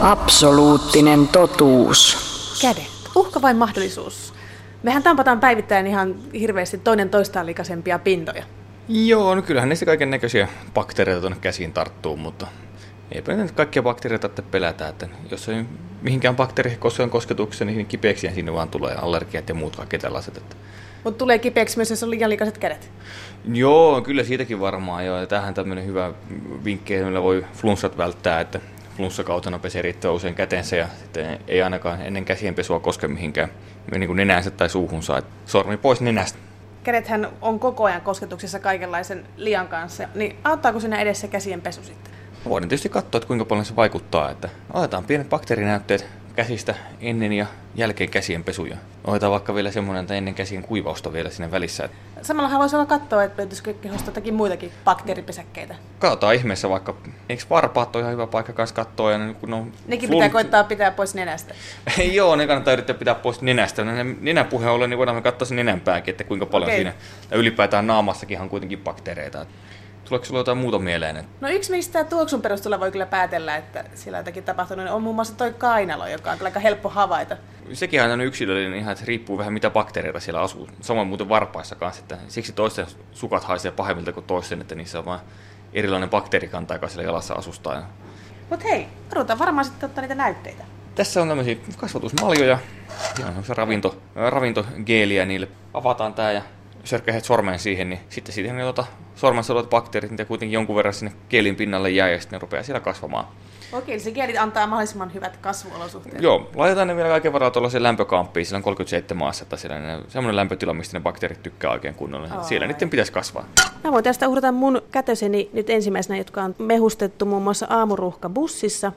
Absoluuttinen totuus. Kädet. Uhka vai mahdollisuus? Mehän tampataan päivittäin ihan hirveästi toinen toistaan likaisempia pintoja. Joo, no kyllähän niistä kaiken näköisiä bakteereita tuonne käsiin tarttuu, mutta eipä nyt kaikkia bakteereita tarvitse pelätä, että jos ei mihinkään bakteeriin koskaan kosketuksessa, niin kipeäksiä sinne vaan tulee allergiat ja muut kaikki tällaiset. Mutta tulee kipeäksi myös, jos on liian likaiset kädet. Joo, kyllä siitäkin varmaan joo. Ja tämähän tämmöinen hyvä vinkki, millä voi flunssat välttää, että flunssakautena pesee riittävän usein kätensä ja sitten ei ainakaan ennen käsienpesua koske mihinkään niin kuin nenäänsä tai suuhunsa. Et sormi pois nenästä. Kädethän on koko ajan kosketuksessa kaikenlaisen lian kanssa, niin auttaako siinä edes se käsienpesu sitten? Voidaan tietysti katsoa, että kuinka paljon se vaikuttaa. Että otetaan pienet bakteerinäytteet käsistä ennen ja jälkeen käsienpesuja. Otetaan vaikka vielä semmoinen, että ennen käsien kuivausta vielä siinä välissä. Samallahan voisi olla katsoa, että löytyisikö kehosta jotakin muitakin bakteeripesäkkeitä. Katsotaan ihmeessä vaikka, eikö varpaat ole ihan hyvä paikka kanssa katsoa. Ja kun nekin pitää koittaa pitää pois nenästä. Joo, ne kannattaa yrittää pitää pois nenästä. Nenäpuheen ollen niin voidaan katsoa sen nenänpäänkin, että kuinka paljon siinä. Ja ylipäätään naamassakin on kuitenkin bakteereita. Tuleeko sinulla jotain muuta mieleen? No yksi, mistä tuoksun perusteella voi kyllä päätellä, että siellä jotakin tapahtunut, on muun muassa toi kainalo, joka on aika helppo havaita. Sekin on yksilöllinen ihan, että riippuu vähän mitä bakteereita siellä asuu. Samoin muuten varpaissa kanssa, että siksi toisten sukat haisee pahemmilta kuin toisten, että niissä on vain erilainen bakteerikanta, joka siellä jalassa asustaa. Mut hei, halutaan varmaan sitten ottaa niitä näytteitä. Tässä on tämmöisiä kasvatusmaljoja, siellä on ravintogeeliä niille. Avataan tää ja sörkkäiset sormeen siihen, niin sitten siihen ne sormessa olevat bakteerit, mitä kuitenkin jonkun verran sinne geelin pinnalle jää ja sitten ne rupeaa siellä kasvamaan. Okei, se geeli antaa mahdollisimman hyvät kasvuolosuhteet. Joo, laitetaan ne vielä kaiken varaan tuollaiseen lämpökamppiin, siellä on 37 astetta, semmoinen lämpötila, mistä ne bakteerit tykkää oikein kunnolla. Siellä niiden pitäisi kasvaa. Mä voin tästä uhrata mun kätöseni nyt ensimmäisenä, jotka on mehustettu muun muassa aamuruuhka bussissa.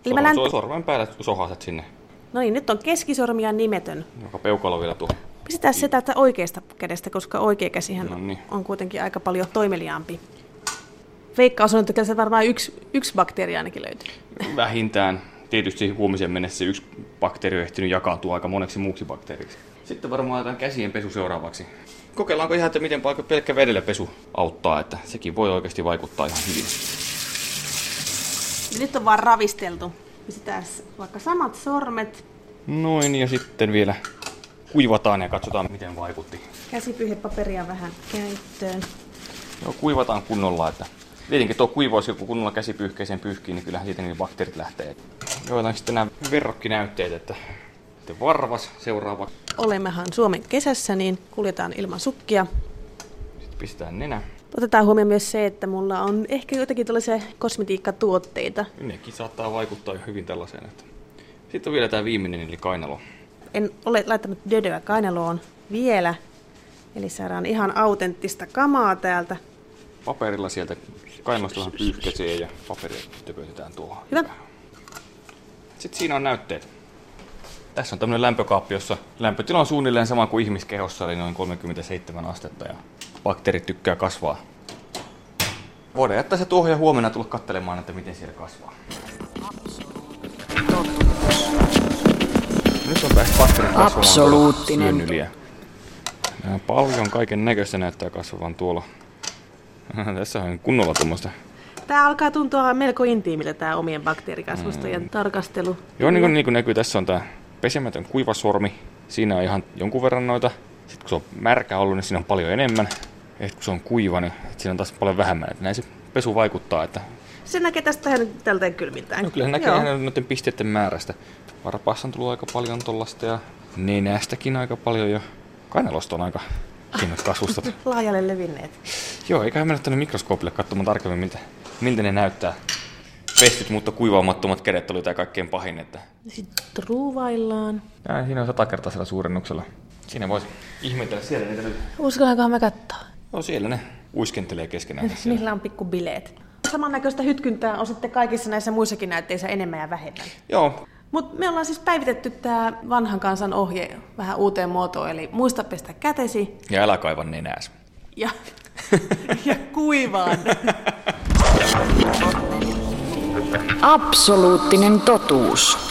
Sormen päälle sohaset sinne. No niin, nyt on keskisormi ja nimetön. Joka peukalo vielä tuo. Pistetään se täältä oikeasta kädestä, koska oikea käsihän on kuitenkin aika paljon toimeliaampi. Veikkaus on, että se varmaan yksi bakteeri ainakin löytyy. Vähintään. Tietysti huomiseen mennessä yksi bakteeri on ehtinyt jakautua aika moneksi muuksi bakteeriksi. Sitten varmaan otetaan käsien pesu seuraavaksi. Kokeillaanko ihan, että miten pelkkä vedellä pesu auttaa, että sekin voi oikeasti vaikuttaa ihan hyvin. Ja nyt on vaan ravisteltu. Pistetään vaikka samat sormet. Noin, ja sitten vielä kuivataan ja katsotaan, miten vaikutti. Käsipyyhepaperia vähän käyttöön. Joo, kuivataan kunnolla, että tietenkin tuo kuivaus, kun kunnolla käsipyyhkeeseen pyyhkii, niin kyllähän siitä niin bakteerit lähtee. Otetaan sitten nämä verrokkinäytteet, että varvas seuraava. Olemmehan Suomen kesässä, niin kuljetaan ilman sukkia. Sitten pistetään nenä. Otetaan huomioon myös se, että mulla on ehkä jotakin tällaisia kosmetiikkatuotteita. Nekin saattaa vaikuttaa jo hyvin tällaiseen. Sitten on vielä tämä viimeinen, eli kainalo. En ole laittanut dödöä kainaloon vielä, eli saadaan ihan autenttista kamaa täältä. Paperilla sieltä kainalosta vähän pyyhkäisee ja paperia töpötetään tuohon. Hyvä. Sitten siinä on näytteet. Tässä on tämmöinen lämpökaappi, jossa lämpötila on suunnilleen sama kuin ihmiskehossa, eli noin 37 astetta ja bakteerit tykkää kasvaa. Voidaan jättää se tuohon ja huomenna tulla katselemaan, että miten siellä kasvaa. Nyt on päässyt bakteerit kasvamaan syön yli. Paljon kaiken näköistä näyttää kasvavan tuolla. Tässä on kunnolla tuommoista. Tämä alkaa tuntua melko intiimiltä tämä omien bakteerikasvustojen tarkastelu. Joo, niin kuin näkyy, tässä on tämä pesemätön kuivasormi. Siinä on ihan jonkun verran noita. Sitten kun se on märkä ollut, niin siinä on paljon enemmän. Ja kun se on kuiva, niin siinä on taas paljon vähemmän. Näin se pesu vaikuttaa. Että se näkee tästä tältä kylmiltään. No, kyllä se näkee ihan noiden pisteiden määrästä. Varpaassa on tullut aika paljon tuollaista ja nenästäkin aika paljon. Ja kainalosta on aika hienot kasvustot. Laajalle levinneet. Joo, eiköhän mennä tänne mikroskoopille katsomaan tarkemmin, miltä ne näyttää. Pestyt, mutta kuivaamattomat kädet oli tämä kaikkein pahin. Että sitten ruuvaillaan. Ja siinä on 100-kertaisella suurennuksella. Siinä voisi ihmetellä siellä niitä nyt. Uskallankohan me katsoa? No siellä ne uiskentelee keskenään. Niillä on pikku bileet. Samannäköistä hytkyntää on sitten kaikissa näissä muissakin näytteissä enemmän ja vähemmän. Joo. Mutta me ollaan siis päivitetty tämä vanhan kansan ohje vähän uuteen muotoon, eli muista pestä kätesi. Ja älä kaiva nenääs. Ja kuivaan. Absoluuttinen totuus.